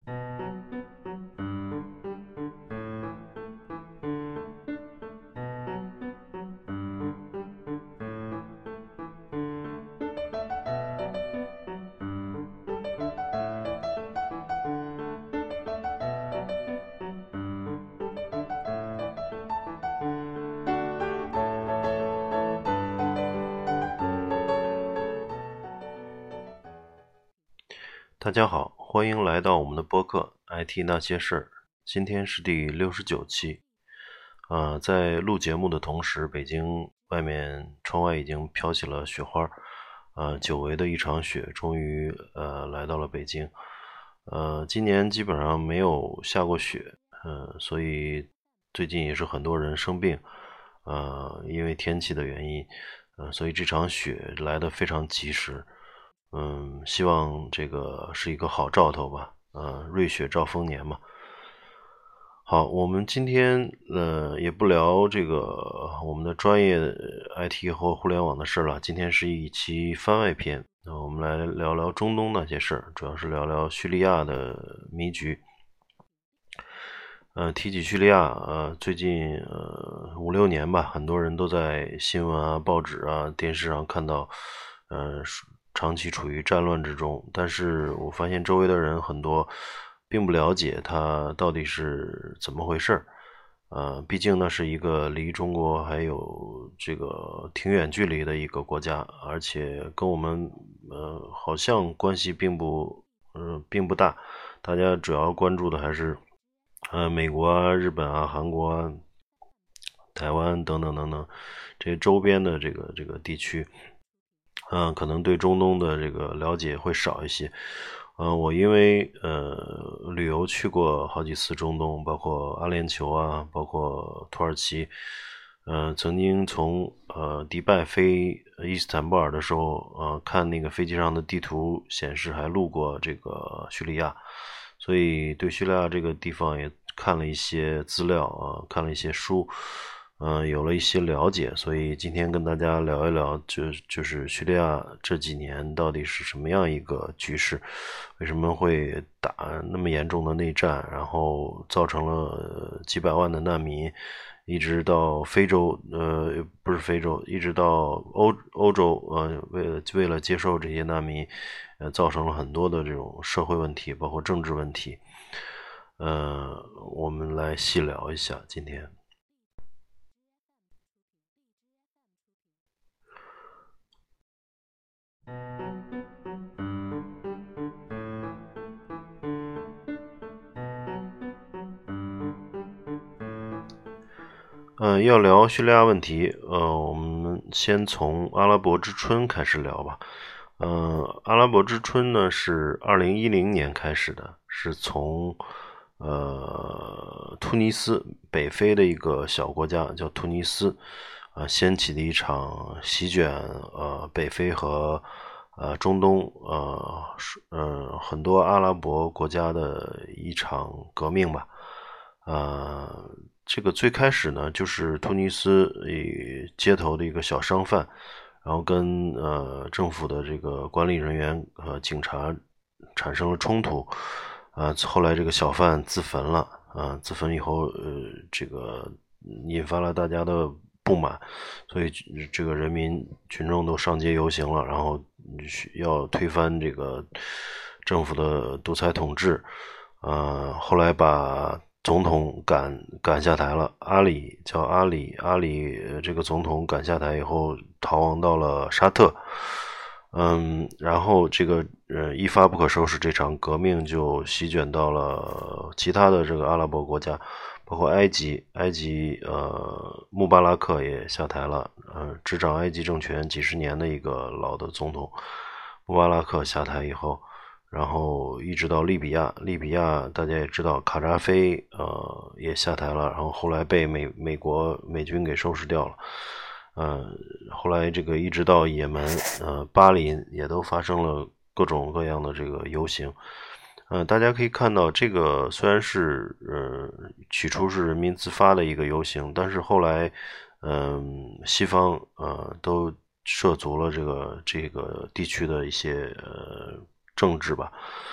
大家好，欢迎来到我们的播客 IT 那些事儿。今天是第69期。在录节目的同时，北京窗外已经飘起了雪花。久违的一场雪终于来到了北京。今年基本上没有下过雪，所以最近也是很多人生病，因为天气的原因，所以这场雪来得非常及时。希望这个是一个好兆头吧，瑞雪兆丰年嘛。好，我们今天也不聊这个我们的专业IT 和互联网的事了，今天是一期番外篇，我们来聊聊中东那些事儿，主要是聊聊叙利亚的迷局。提起叙利亚，最近5-6年吧，很多人都在新闻啊、报纸啊、电视上看到，长期处于战乱之中。但是我发现周围的人很多并不了解它到底是怎么回事儿。毕竟那是一个离中国还有这个挺远距离的一个国家，而且跟我们好像关系并不大。大家主要关注的还是美国啊、日本啊、韩国啊、台湾等等等等这些周边的这个地区，可能对中东的这个了解会少一些。我因为旅游去过好几次中东，包括阿联酋啊，包括土耳其。曾经从迪拜飞伊斯坦布尔的时候，看那个飞机上的地图显示还路过这个叙利亚，所以对叙利亚这个地方也看了一些资料啊，看了一些书，有了一些了解。所以今天跟大家聊一聊，就是叙利亚这几年到底是什么样一个局势，为什么会打那么严重的内战，然后造成了几百万的难民，一直到非洲，不是非洲，一直到欧洲，为了接受这些难民，造成了很多的这种社会问题，包括政治问题。我们来细聊一下今天。要聊叙利亚问题，我们先从阿拉伯之春开始聊吧。阿拉伯之春呢是2010年开始的，是从突尼斯北非的一个小国家叫突尼斯掀起的一场席卷北非和中东很多阿拉伯国家的一场革命吧。这个最开始呢，就是突尼斯街头的一个小商贩，然后跟政府的这个管理人员和警察产生了冲突。后来这个小贩自焚了。自焚以后，这个引发了大家的不满，所以这个群众都上街游行了，然后要推翻这个政府的独裁统治。后来把总统赶下台了，阿里这个总统赶下台以后逃亡到了沙特。然后这个一发不可收拾，这场革命就席卷到了其他的这个阿拉伯国家，包括埃及。穆巴拉克也下台了，执掌埃及政权几十年的一个老的总统穆巴拉克下台以后，然后一直到利比亚大家也知道卡扎菲也下台了，然后后来被美军给收拾掉了。后来这个一直到也门，巴林也都发生了各种各样的这个游行。大家可以看到，这个虽然是起初是人民自发的一个游行，但是后来西方都涉足了这个地区的一些政治吧。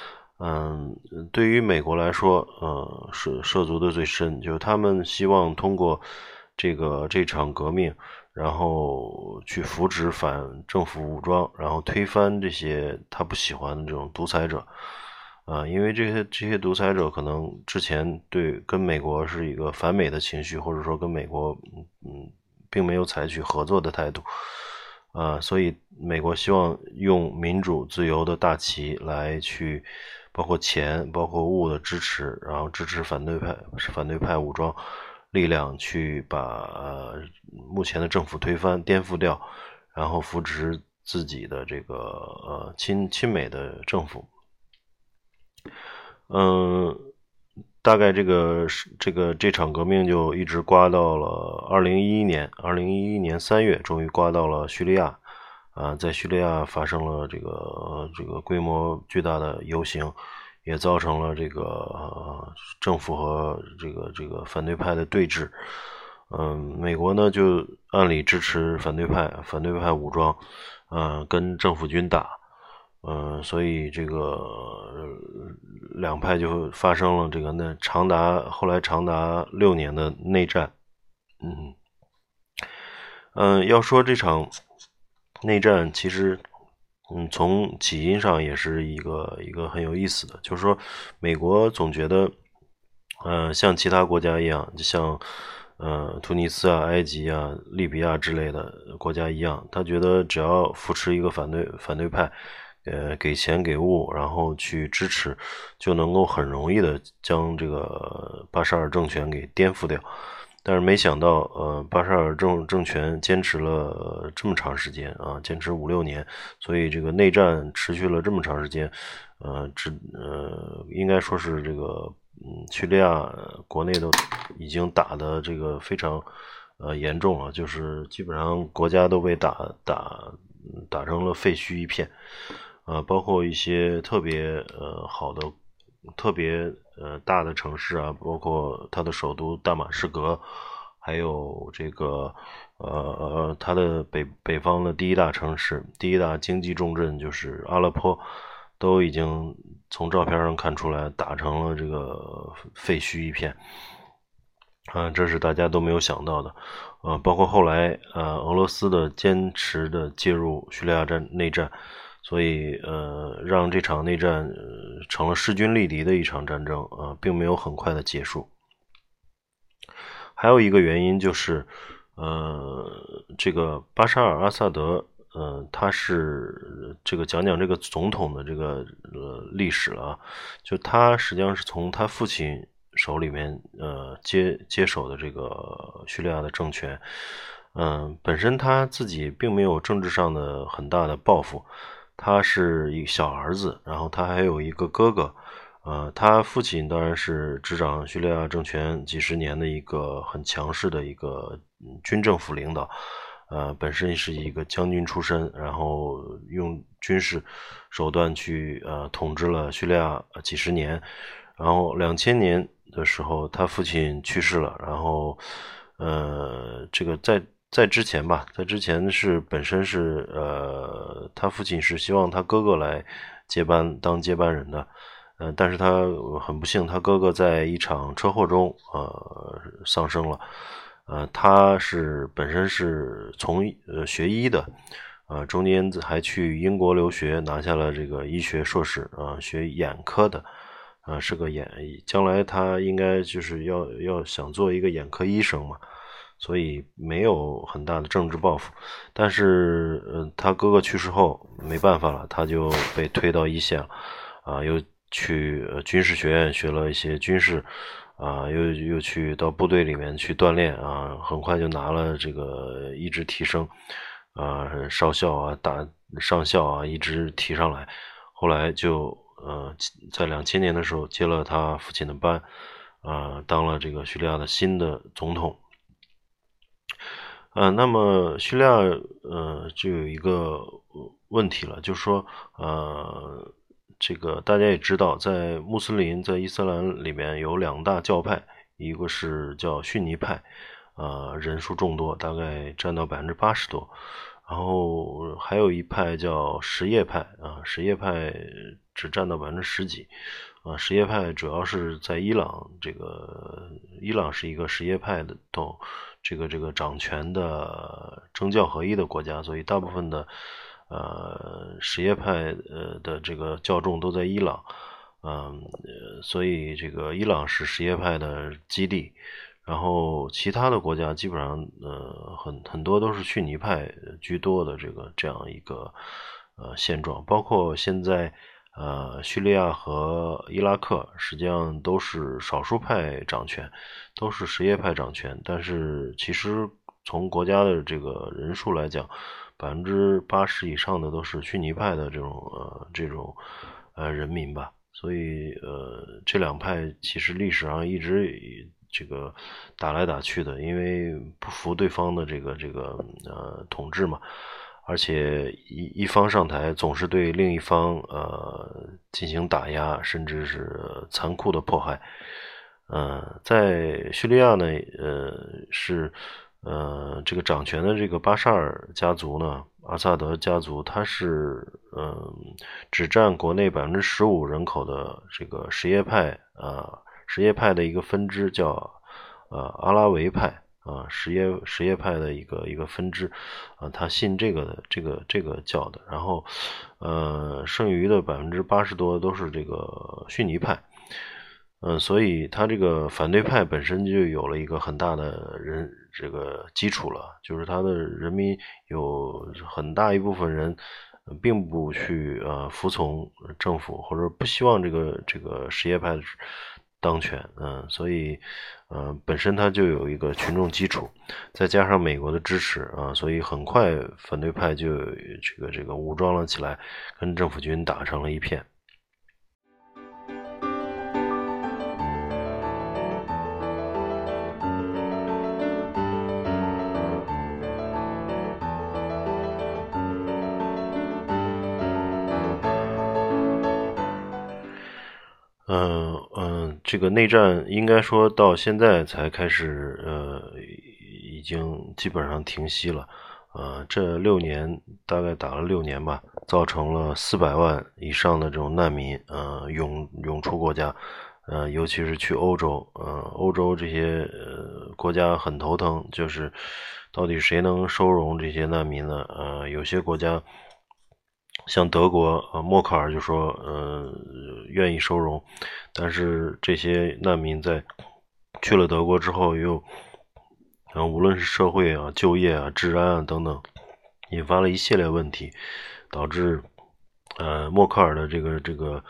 对于美国来说，涉足的最深，就是他们希望通过这场革命，然后去扶植反政府武装，然后推翻这些他不喜欢的这种独裁者。因为这些独裁者可能之前跟美国是一个反美的情绪，或者说跟美国并没有采取合作的态度。所以美国希望用民主自由的大旗来去，包括钱包括物的支持，然后支持反对派武装力量去把目前的政府推翻颠覆掉，然后扶植自己的这个亲美的政府。大概这场革命就一直刮到了2011年3月，终于刮到了叙利亚。在叙利亚发生了这个规模巨大的游行，也造成了这个政府和这个反对派的对峙。美国呢就按理支持反对派武装，跟政府军打。所以这个两派就发生了后来长达6年的内战。要说这场内战，其实从起因上也是一个很有意思的，就是说美国总觉得像其他国家一样，就像突尼斯啊、埃及啊、利比亚之类的国家一样，他觉得只要扶持一个反对派，给钱给物，然后去支持，就能够很容易的将这个巴沙尔政权给颠覆掉。但是没想到，巴沙尔政权坚持了这么长时间啊，坚持5-6年，所以这个内战持续了这么长时间，应该说是这个叙利亚国内都已经打的这个非常严重了，就是基本上国家都被打成了废墟一片。包括一些特别好的、特别大的城市啊，包括它的首都大马士革，还有这个它的北方的第一大城市、第一大经济重镇就是阿勒颇，都已经从照片上看出来打成了这个废墟一片。这是大家都没有想到的。包括后来俄罗斯的坚持的介入叙利亚内战。所以让这场内战成了势均力敌的一场战争，并没有很快的结束。还有一个原因就是，这个巴沙尔·阿萨德，他是讲这个总统的这个历史了啊，就他实际上是从他父亲手里面接手的这个叙利亚的政权。本身他自己并没有政治上的很大的抱负。他是一个小儿子，然后他还有一个哥哥。他父亲当然是执掌叙利亚政权几十年的一个很强势的一个军政府领导。本身是一个将军出身，然后用军事手段去统治了叙利亚几十年。然后2000年的时候，他父亲去世了，然后这个在之前吧，本身是他父亲是希望他哥哥来当接班人的。但是他很不幸，他哥哥在一场车祸中丧生了。他本身是学医的，中间还去英国留学，拿下了这个医学硕士，学眼科的。是个将来他应该就是要想做一个眼科医生嘛，所以没有很大的政治抱负。但是他哥哥去世后没办法了，他就被推到一线了。又去军事学院学了一些军事，又去到部队里面去锻炼，很快就拿了这个一直提升，少校啊上校啊一直提上来。后来就在2000年的时候接了他父亲的班，当了这个叙利亚的新的总统。那么叙利亚就有一个问题了，就是说这个大家也知道，在伊斯兰里面有2大教派，一个是叫逊尼派，人数众多，大概占到80%多。然后还有一派叫什叶派，什叶派只占到10%几，什叶派主要是在伊朗，伊朗是一个什叶派的这个掌权的政教合一的国家，所以大部分的什叶派的这个教众都在伊朗，所以这个伊朗是什叶派的基地。然后其他的国家基本上很多都是逊尼派居多的这样一个现状，包括现在叙利亚和伊拉克实际上都是少数派掌权，都是什叶派掌权，但是其实从国家的这个人数来讲，80%以上的都是逊尼派的这种人民吧，所以这两派其实历史上一直这个打来打去的，因为不服对方的这个统治嘛，而且一方上台总是对另一方进行打压，甚至是残酷的迫害。在叙利亚呢，是这个掌权的这个巴沙尔家族呢，阿萨德家族，他是只占国内15%人口的这个什叶派什叶派的一个分支叫阿拉维派什叶派的一个分支他信这个教的，然后剩余的80%多都是这个逊尼派。所以他这个反对派本身就有了一个很大的这个基础了，就是他的人民有很大一部分人并不去服从政府，或者不希望这个什叶派当权，所以本身它就有一个群众基础，再加上美国的支持所以很快反对派就这个武装了起来，跟政府军打成了一片。这个内战应该说到现在才开始，已经基本上停息了。这6年大概打了6年吧，造成了400万以上的这种难民，涌出国家，尤其是去欧洲，欧洲这些国家很头疼，就是到底谁能收容这些难民呢？有些国家。像德国，默克尔就说，愿意收容，但是这些难民在去了德国之后，又，无论是社会就业治安等等，引发了一系列问题，导致，默克尔的这个，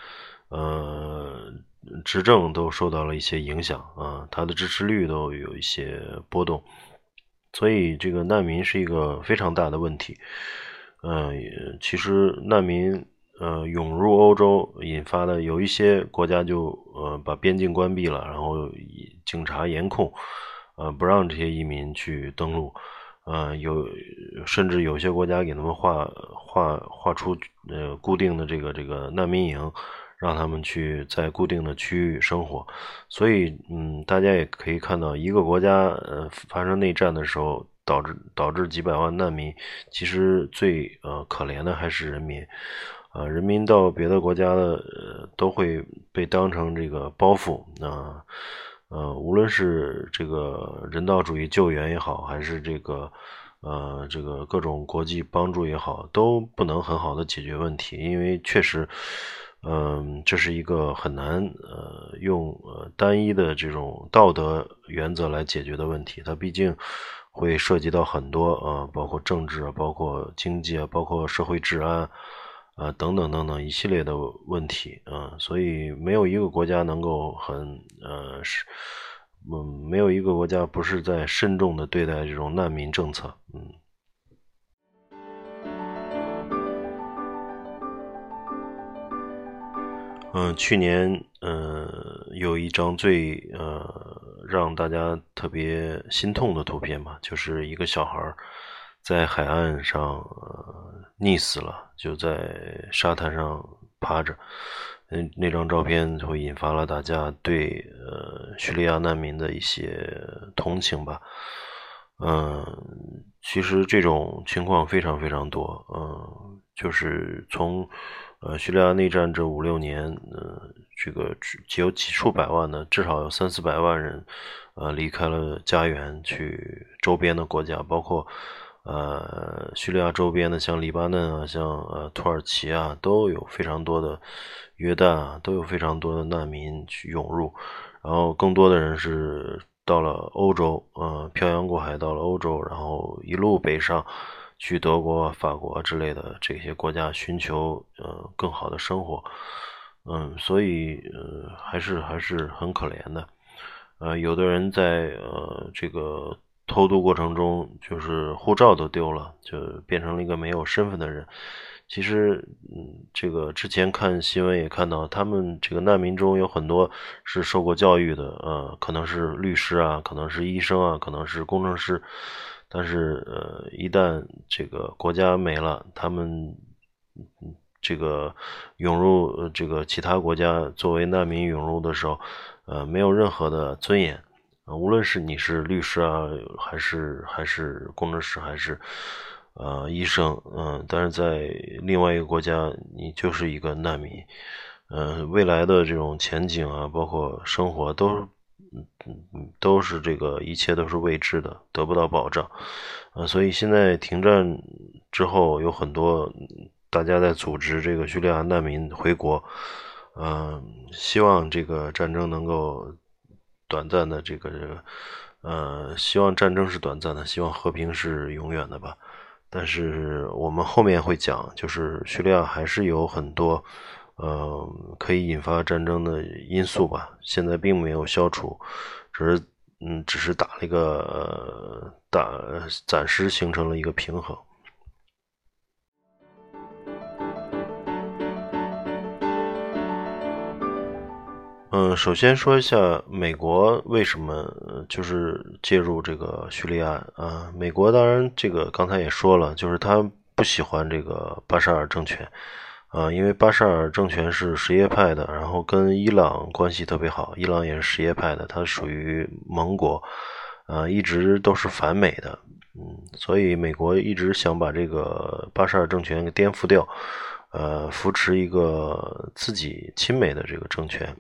执政都受到了一些影响他的支持率都有一些波动，所以这个难民是一个非常大的问题。其实难民涌入欧洲引发的有一些国家就把边境关闭了，然后警察严控，不让这些移民去登陆，甚至有些国家给他们划出固定的这个难民营，让他们去在固定的区域生活。所以大家也可以看到，一个国家发生内战的时候。导致几百万难民，其实最可怜的还是人民，人民到别的国家的都会被当成这个包袱，无论是这个人道主义救援也好，还是这个各种国际帮助也好，都不能很好的解决问题，因为确实。这是一个很难用单一的这种道德原则来解决的问题，它毕竟会涉及到很多包括政治包括经济包括社会治安等等等等一系列的问题所以没有一个国家能够没有一个国家不是在慎重的对待这种难民政策。去年有一张最让大家特别心痛的图片吧，就是一个小孩在海岸上溺死了，就在沙滩上趴着。那张照片会引发了大家对叙利亚难民的一些同情吧。其实这种情况非常非常多，就是从叙利亚内战这5、6年，这个只有几数百万的，至少有300-400万人，离开了家园去周边的国家，包括叙利亚周边的像黎巴嫩啊，像土耳其啊，都有非常多的约旦啊，都有非常多的难民去涌入，然后更多的人是到了欧洲，漂洋过海到了欧洲，然后一路北上。去德国、法国之类的这些国家寻求更好的生活，所以还是很可怜的。有的人在这个偷渡过程中，就是护照都丢了，就变成了一个没有身份的人。其实，这个之前看新闻也看到，他们这个难民中有很多是受过教育的，可能是律师啊，可能是医生啊，可能是工程师。但是一旦这个国家没了，他们这个涌入这个其他国家作为难民涌入的时候，没有任何的尊严，无论是你是律师啊，还是工程师，还是医生，但是在另外一个国家，你就是一个难民，未来的这种前景啊，包括生活都是这个一切都是未知的，得不到保障，所以现在停战之后，有很多大家在组织这个叙利亚难民回国，希望这个战争能够短暂的希望战争是短暂的，希望和平是永远的吧。但是我们后面会讲，就是叙利亚还是有很多可以引发战争的因素吧，现在并没有消除，只是打了一个暂时形成了一个平衡。首先说一下美国为什么就是介入这个叙利亚啊？美国当然这个刚才也说了，就是他不喜欢这个巴沙尔政权，因为巴沙尔政权是什叶派的，然后跟伊朗关系特别好，伊朗也是什叶派的，它属于盟国，一直都是反美的，所以美国一直想把这个巴沙尔政权给颠覆掉，扶持一个自己亲美的这个政权。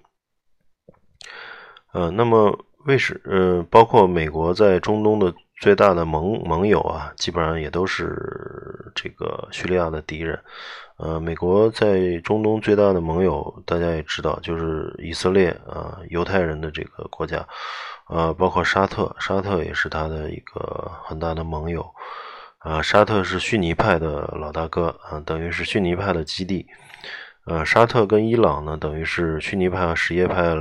那么包括美国在中东的最大的盟友啊，基本上也都是这个叙利亚的敌人。美国在中东最大的盟友，大家也知道，就是以色列啊，犹太人的这个国家，包括沙特也是他的一个很大的盟友。沙特是逊尼派的老大哥等于是逊尼派的基地。沙特跟伊朗呢，等于是逊尼派和什叶派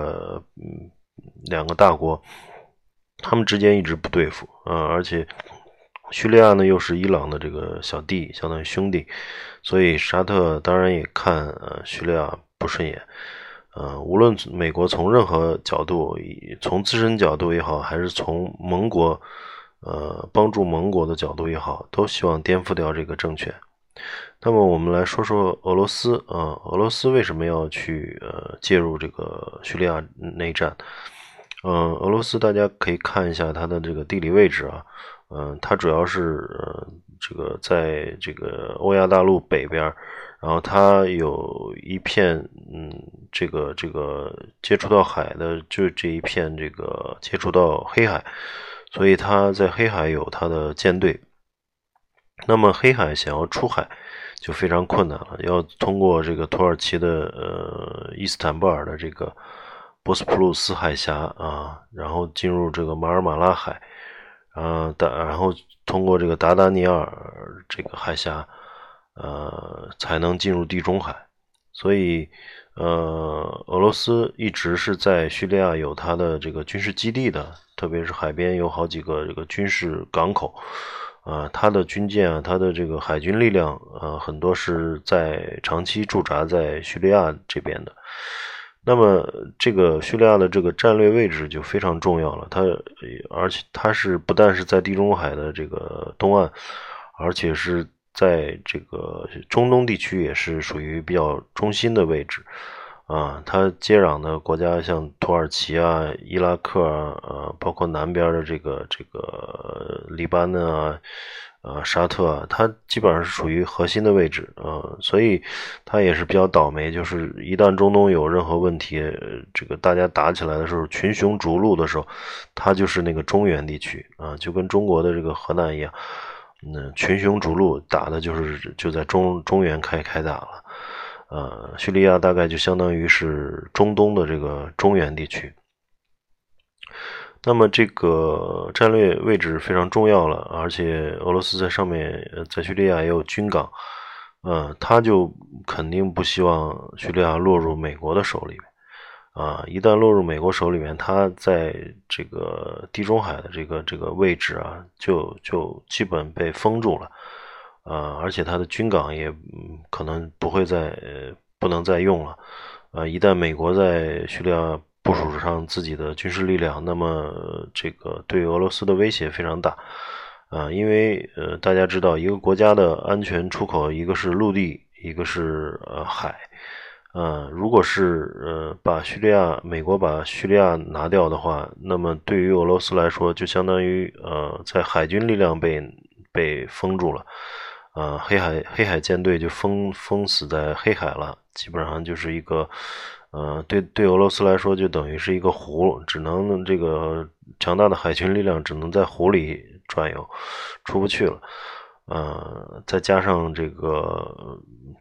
两个大国，他们之间一直不对付，而且叙利亚呢又是伊朗的这个小弟，相当于兄弟，所以沙特当然也看叙利亚不顺眼。无论美国从任何角度，从自身角度也好，还是从盟国帮助盟国的角度也好，都希望颠覆掉这个政权。那么我们来说说俄罗斯俄罗斯为什么要去介入这个叙利亚内战？俄罗斯大家可以看一下它的这个地理位置啊，它主要是这个在这个欧亚大陆北边，然后它有一片这个接触到海的，就这一片这个接触到黑海，所以它在黑海有它的舰队。那么黑海想要出海就非常困难了，要通过这个土耳其的伊斯坦布尔的这个博斯普鲁斯海峡啊，然后进入这个马尔马拉海，然后通过这个达达尼尔这个海峡，才能进入地中海。所以，俄罗斯一直是在叙利亚有它的这个军事基地的，特别是海边有好几个这个军事港口。它的军舰啊，它的这个海军力量很多是长期驻扎在叙利亚这边的。那么这个叙利亚的这个战略位置就非常重要了，而且它是不但是在地中海的这个东岸，而且是在这个中东地区也是属于比较中心的位置。它接壤的国家像土耳其啊、伊拉克啊，包括南边的这个黎巴嫩啊、 沙特啊，它基本上是属于核心的位置，所以它也是比较倒霉，就是一旦中东有任何问题，这个大家打起来的时候，群雄逐鹿的时候，它就是那个中原地区啊，就跟中国的这个河南一样，群雄逐鹿打的就在中原开打了，叙利亚大概就相当于是中东的这个中原地区。那么这个战略位置非常重要了，而且俄罗斯在上面，在叙利亚也有军港，他就肯定不希望叙利亚落入美国的手里面，一旦落入美国手里面，他在这个地中海的这个位置啊，就基本被封住了，而且他的军港也可能不能再用了，一旦美国在叙利亚部署上自己的军事力量，那么这个对俄罗斯的威胁非常大，因为大家知道一个国家的安全出口，一个是陆地，一个是海，如果是美国把叙利亚拿掉的话，那么对于俄罗斯来说，就相当于在海军力量被封住了，黑海舰队就封死在黑海了，基本上就是一个。对俄罗斯来说，就等于是一个湖，只能这个强大的海军力量只能在湖里转悠，出不去了。再加上这个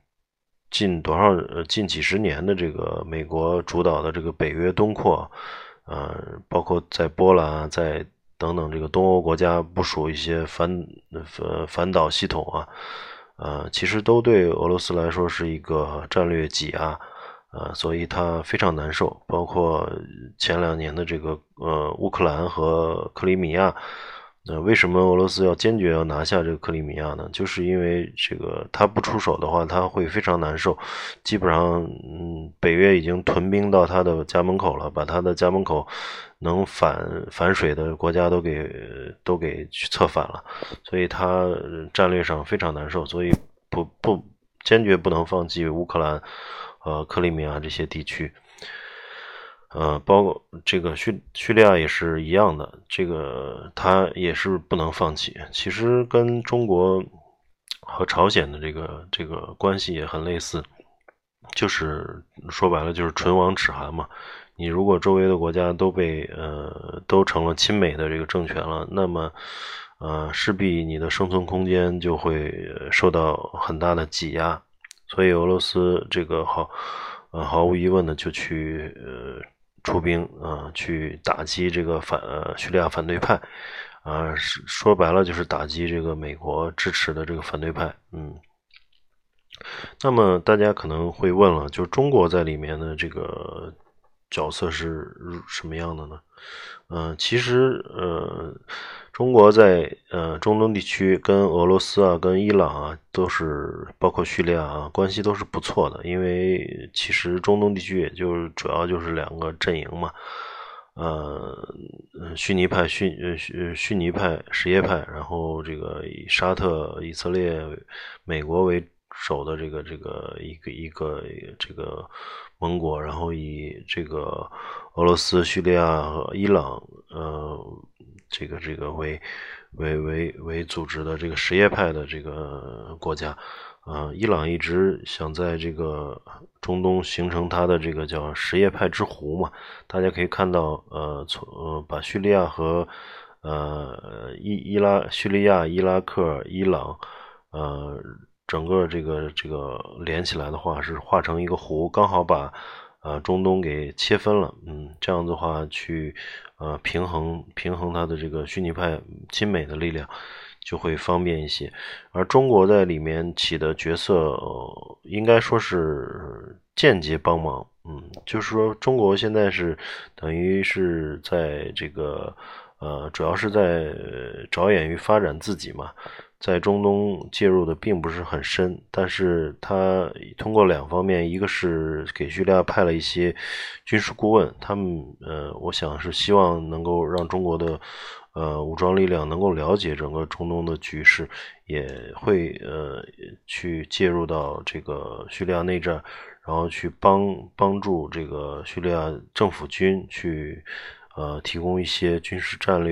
近几十年的这个美国主导的这个北约东扩，包括在波兰啊，在等等这个东欧国家部署一些反导系统啊，其实都对俄罗斯来说是一个战略挤压。所以他非常难受，包括前2年的这个乌克兰和克里米亚，为什么俄罗斯坚决要拿下这个克里米亚呢？就是因为这个他不出手的话，他会非常难受。基本上，北约已经屯兵到他的家门口了，把他的家门口能反水的国家都给策反了，所以他战略上非常难受，所以坚决不能放弃乌克兰。克里米亚这些地区，包括这个叙利亚也是一样的，这个他也是不能放弃。其实跟中国和朝鲜的这个关系也很类似，就是说白了就是唇亡齿寒嘛。你如果周围的国家都成了亲美的这个政权了，那么势必你的生存空间就会受到很大的挤压。所以俄罗斯这个毫无疑问的就去出兵去打击这个叙利亚反对派说白了就是打击这个美国支持的这个反对派。那么大家可能会问了，就中国在里面的这个角色是什么样的呢？其实中国在中东地区跟俄罗斯啊、跟伊朗啊，都是包括叙利亚啊，关系都是不错的。因为其实中东地区也就主要就是2个阵营嘛，逊尼派、逊尼派、什叶派，然后这个以沙特、以色列、美国为首的这个一个这个盟国，然后以这个俄罗斯、叙利亚和伊朗这个为组织的这个什叶派的这个国家，伊朗一直想在这个中东形成它的这个叫什叶派之湖嘛，大家可以看到，把叙利亚和叙利亚、伊拉克、伊朗，整个这个连起来的话是画成一个湖，刚好把中东给切分了，这样的话去平衡它的这个逊尼派亲美的力量就会方便一些。而中国在里面起的角色，应该说是间接帮忙，就是说中国现在是等于是在这个主要是在着眼于发展自己嘛。在中东介入的并不是很深，但是他通过2方面，一个是给叙利亚派了一些军事顾问，他们我想是希望能够让中国的武装力量能够了解整个中东的局势，也会去介入到这个叙利亚内战，然后去帮助这个叙利亚政府军去提供一些军事战略啊，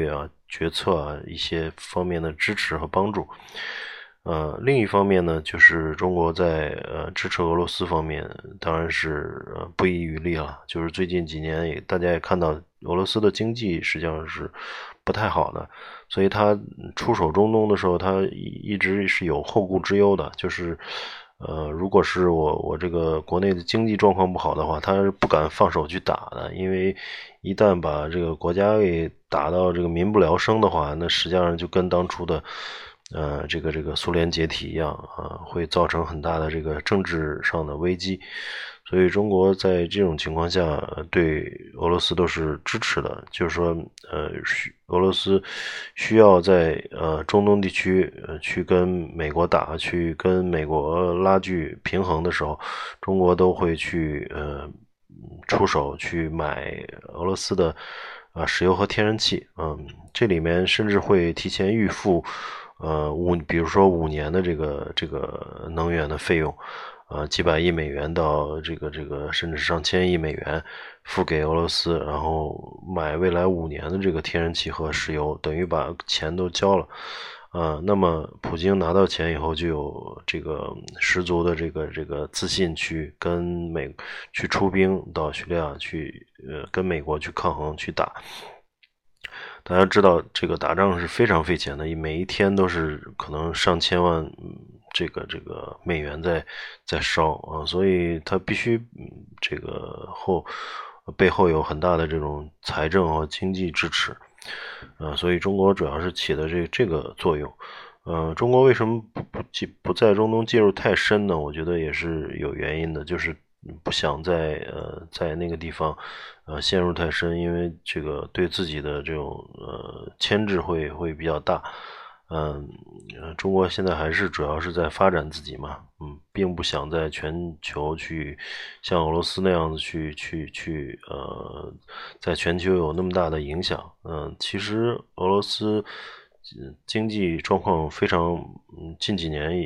决策啊一些方面的支持和帮助。另一方面呢，就是中国在支持俄罗斯方面，当然是不遗余力了。就是最近几年大家也看到，俄罗斯的经济实际上是不太好的，所以他出手中东的时候，他一直是有后顾之忧的。就是如果是我这个国内的经济状况不好的话，他是不敢放手去打的，因为一旦把这个国家给打到这个民不聊生的话，那实际上就跟当初的这个苏联解体一样啊，会造成很大的这个政治上的危机。所以中国在这种情况下对俄罗斯都是支持的，就是说俄罗斯需要在中东地区去跟美国打，去跟美国拉锯平衡的时候，中国都会去出手去买俄罗斯的石油和天然气。这里面甚至会提前预付比如说5年的这个能源的费用，几百亿美元到这个甚至上千亿美元付给俄罗斯，然后买未来5年的这个天然气和石油，等于把钱都交了。那么普京拿到钱以后，就有这个十足的这个自信去去出兵到叙利亚去，跟美国去抗衡去打。大家知道这个打仗是非常费钱的，每一天都是可能上千万这个美元在烧啊，所以他必须这个背后有很大的这种财政和经济支持所以中国主要是起的这个作用。中国为什么不在中东介入太深呢？我觉得也是有原因的，就是不想在那个地方陷入太深，因为这个对自己的这种牵制会比较大。中国现在还是主要是在发展自己嘛，并不想在全球去像俄罗斯那样子去在全球有那么大的影响。其实俄罗斯经济状况非常，近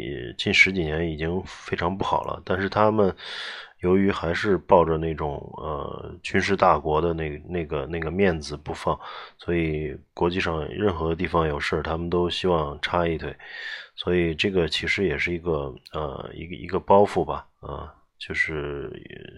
10几年已经非常不好了，但是他们由于还是抱着那种军事大国的那个面子不放，所以国际上任何地方有事他们都希望插一腿，所以这个其实也是一个一个包袱吧，就是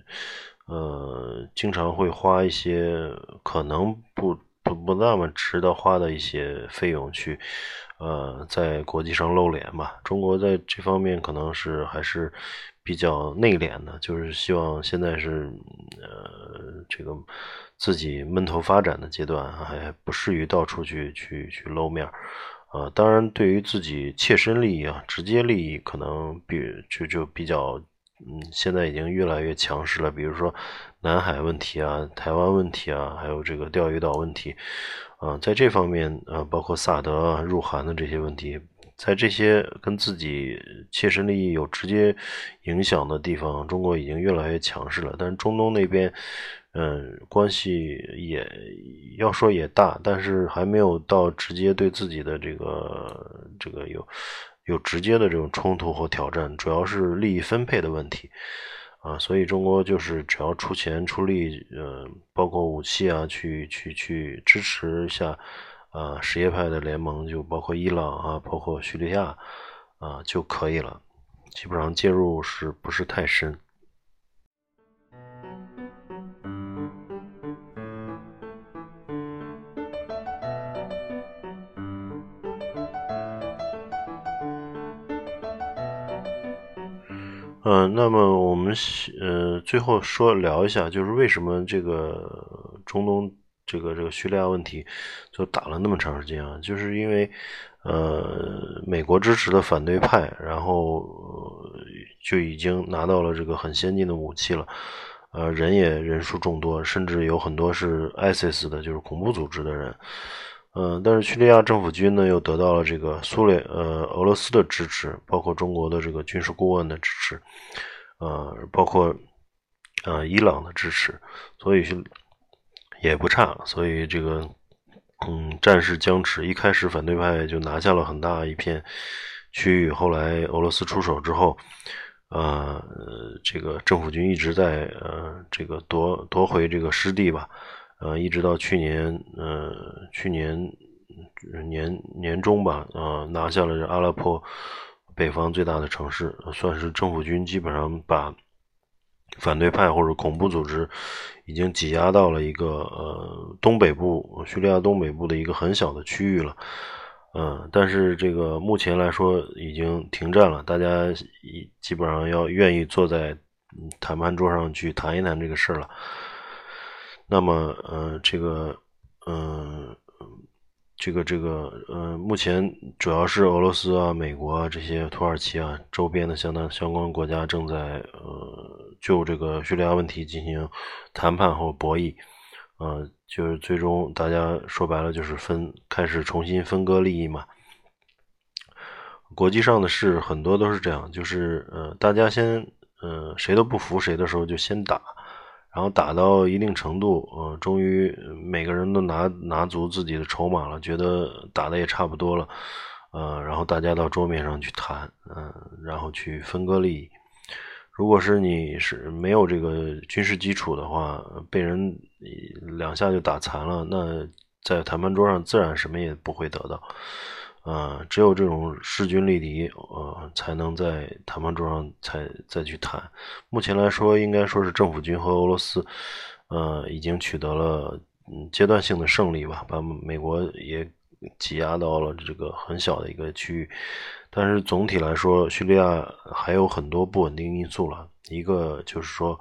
经常会花一些可能不那么值得花的一些费用去在国际上露脸吧。中国在这方面可能还是比较内敛的，就是希望现在是这个自己闷头发展的阶段，还不适于到处去露面。当然对于自己切身利益直接利益可能就比较现在已经越来越强势了，比如说南海问题啊、台湾问题啊，还有这个钓鱼岛问题在这方面包括萨德入韩的这些问题，在这些跟自己切身利益有直接影响的地方，中国已经越来越强势了。但是中东那边关系也要说也大，但是还没有到直接对自己的这个有直接的这种冲突或挑战，主要是利益分配的问题所以中国就是只要出钱出力包括武器去支持一下什叶派的联盟，就包括伊朗包括叙利亚就可以了，基本上介入是不是太深。那么我们最后聊一下，就是为什么这个中东这个叙利亚问题就打了那么长时间就是因为美国支持的反对派，然后就已经拿到了这个很先进的武器了，人数众多，甚至有很多是 ISIS 的，就是恐怖组织的人。但是叙利亚政府军呢，又得到了这个俄罗斯的支持，包括中国的这个军事顾问的支持，包括伊朗的支持，所以也不差。所以这个战事僵持，一开始反对派就拿下了很大一片区域，后来俄罗斯出手之后，这个政府军一直在这个夺回这个失地吧。一直到去年年中吧，拿下了阿勒颇北方最大的城市，算是政府军基本上把反对派或者恐怖组织已经挤压到了一个东北部叙利亚东北部的一个很小的区域了。但是这个目前来说已经停战了，大家基本上要愿意坐在谈判桌上去谈一谈这个事了。那么目前主要是俄罗斯啊、美国啊这些土耳其啊周边的相关国家正在就这个叙利亚问题进行谈判或博弈。就是最终大家说白了就是开始重新分割利益嘛。国际上的事很多都是这样，就是大家先谁都不服谁的时候就先打，然后打到一定程度，终于每个人都拿足自己的筹码了，觉得打的也差不多了，然后大家到桌面上去谈，然后去分割利益。如果是你是没有这个军事基础的话，被人2下就打残了，那在谈判桌上自然什么也不会得到。只有这种势均力敌，才能在谈判桌上再去谈。目前来说，应该说是政府军和俄罗斯，已经取得了阶段性的胜利吧，把美国也挤压到了这个很小的一个区域。但是总体来说，叙利亚还有很多不稳定因素了。一个就是说，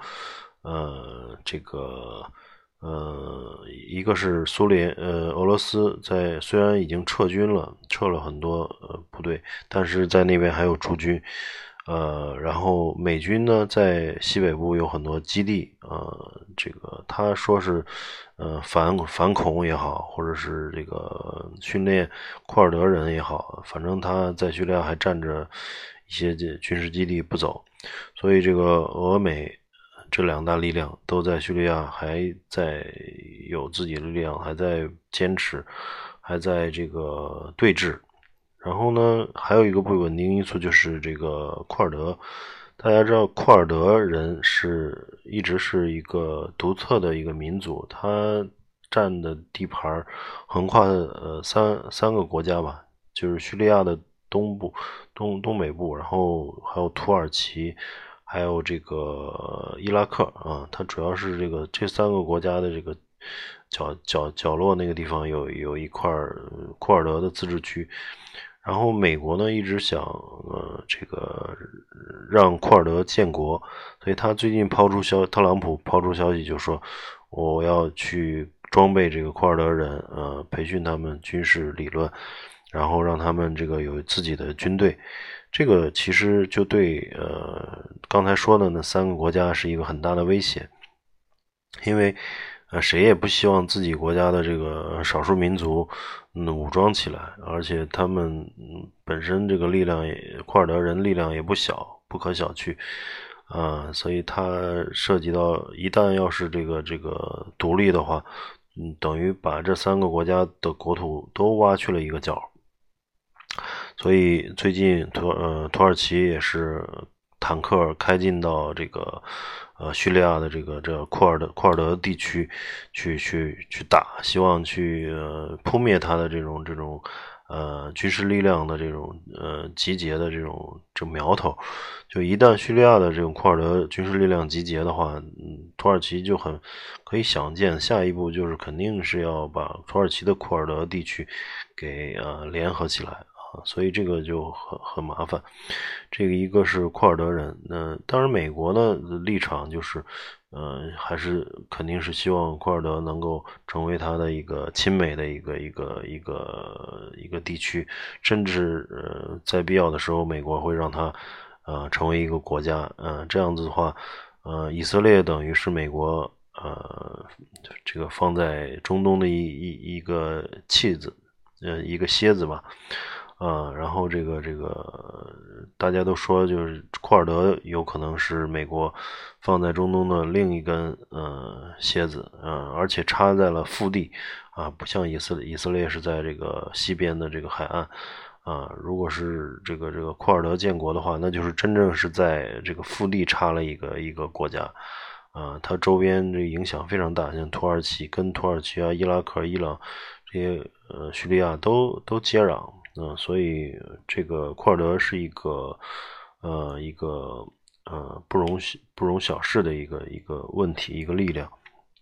一个是俄罗斯虽然已经撤军了，撤了很多部队，但是在那边还有驻军。然后美军呢在西北部有很多基地，这个他说是反恐也好，或者是这个训练库尔德人也好，反正他在叙利亚还占着一些军事基地不走，所以这个俄美这2大力量都在叙利亚还在有自己的力量，还在坚持，还在这个对峙。然后呢，还有一个不稳定因素就是这个库尔德。大家知道，库尔德人一直是一个独特的一个民族，他占的地盘横跨三个国家吧，就是叙利亚的东部、东北部，然后还有土耳其，还有这个伊拉克啊。它主要是这3个国家的这个角落那个地方有一块库尔德的自治区。然后美国呢一直想这个让库尔德建国，所以他最近特朗普抛出消息就说我要去装备这个库尔德人，培训他们军事理论，然后让他们这个有自己的军队。这个其实就对刚才说的那3个国家是一个很大的威胁，因为谁也不希望自己国家的这个少数民族武装起来，而且他们本身这个库尔德人力量也不小，不可小觑。所以它涉及到一旦要是这个独立的话，等于把这3个国家的国土都挖去了一个角。所以最近土耳其也是坦克开进到这个叙利亚的这库尔德地区去打，希望去扑灭他的这种军事力量的这种集结的这种苗头。就一旦叙利亚的这种库尔德军事力量集结的话，土耳其就很可以想见，下一步就是肯定是要把土耳其的库尔德地区给联合起来。所以这个就很麻烦。这个一个是库尔德人，当然美国呢立场就是，还是肯定是希望库尔德能够成为他的一个亲美的一个地区，甚至在必要的时候，美国会让他成为一个国家。这样子的话，以色列等于是美国这个放在中东的一个弃子，一个蝎子吧。然后这个大家都说，就是库尔德有可能是美国放在中东的另一根蝎子，而且插在了腹地，不像以色列是在这个西边的这个海岸，如果是这个库尔德建国的话，那就是真正是在这个腹地插了一个国家。它周边这影响非常大，像土耳其啊、伊拉克、伊朗这些叙利亚都接壤，所以这个库尔德是一个不容小视的一个问题，一个力量。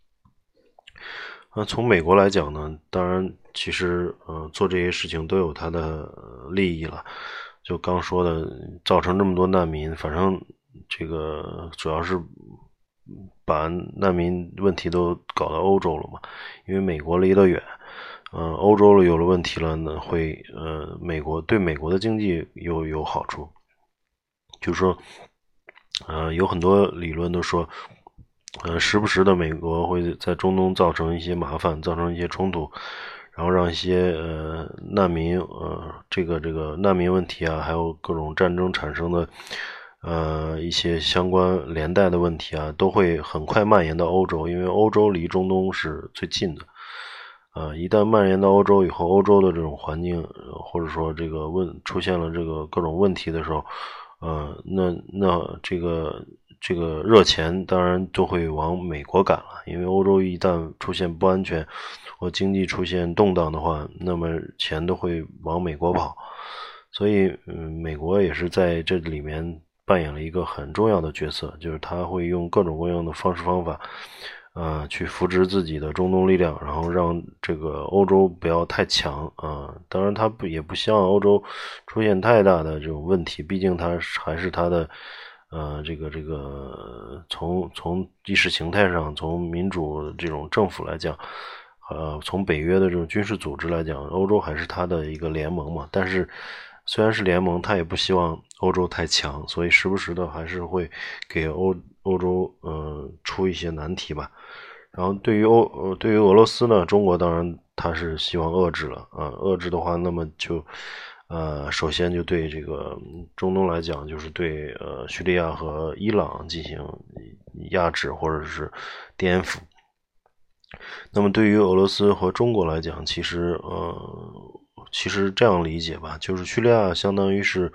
从美国来讲呢，当然其实做这些事情都有它的利益了。就刚说的，造成这么多难民，反正这个主要是把难民问题都搞到欧洲了嘛，因为美国离得远，欧洲有了问题了呢，会对美国的经济又有好处，就是说，有很多理论都说，时不时的美国会在中东造成一些麻烦，造成一些冲突，然后让一些难民这个难民问题啊，还有各种战争产生的一些相关连带的问题啊，都会很快蔓延到欧洲，因为欧洲离中东是最近的。一旦蔓延到欧洲以后，欧洲的这种环境，或者说这个出现了这个各种问题的时候，那这个热钱当然就会往美国赶了，因为欧洲一旦出现不安全或经济出现动荡的话，那么钱都会往美国跑，所以美国也是在这里面扮演了一个很重要的角色，就是他会用各种各样的方式方法，去扶植自己的中东力量，然后让这个欧洲不要太强啊。当然，他也不希望欧洲出现太大的这种问题，毕竟他还是他的这个从意识形态上，从民主这种政府来讲，从北约的这种军事组织来讲，欧洲还是他的一个联盟嘛。但是虽然是联盟，他也不希望欧洲太强，所以时不时的还是会给欧洲出一些难题吧。然后对于俄罗斯呢，中国当然他是希望遏制了啊，遏制的话，那么就首先就对这个中东来讲，就是对叙利亚和伊朗进行压制或者是颠覆。那么对于俄罗斯和中国来讲，其实这样理解吧，就是叙利亚相当于是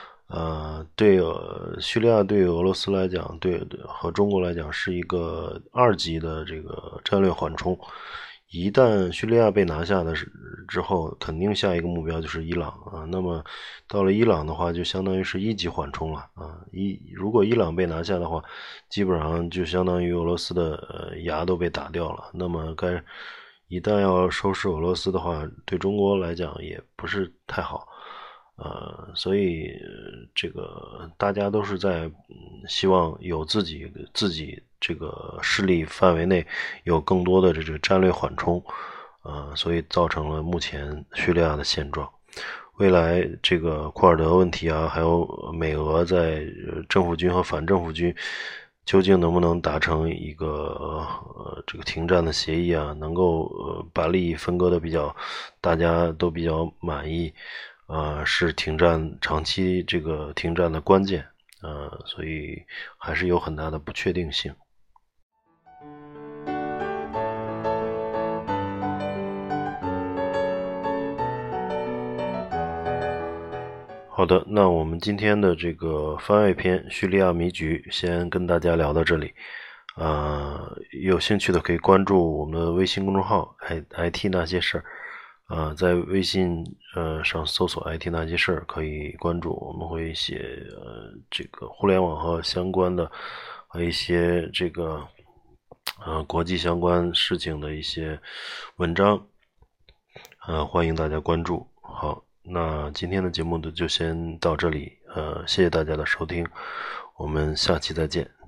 叙利亚对俄罗斯来讲，和中国来讲是一个2级的这个战略缓冲。一旦叙利亚被拿下之后，肯定下一个目标就是伊朗啊。那么到了伊朗的话，就相当于是1级缓冲了啊。如果伊朗被拿下的话，基本上就相当于俄罗斯的牙都被打掉了。那么一旦要收拾俄罗斯的话，对中国来讲也不是太好。所以这个大家都是在希望有自己这个势力范围内有更多的这个战略缓冲，所以造成了目前叙利亚的现状。未来这个库尔德问题啊，还有美俄在政府军和反政府军究竟能不能达成一个这个停战的协议啊，能够把利益分割的大家都比较满意。是长期这个停战的关键，所以还是有很大的不确定性。好的，那我们今天的这个番外篇叙利亚迷局先跟大家聊到这里，有兴趣的可以关注我们的微信公众号IT 那些事儿。在微信上搜索 IT 那些事儿可以关注，我们会写这个互联网和相关的和一些这个国际相关事情的一些文章，欢迎大家关注。好，那今天的节目就先到这里，谢谢大家的收听，我们下期再见。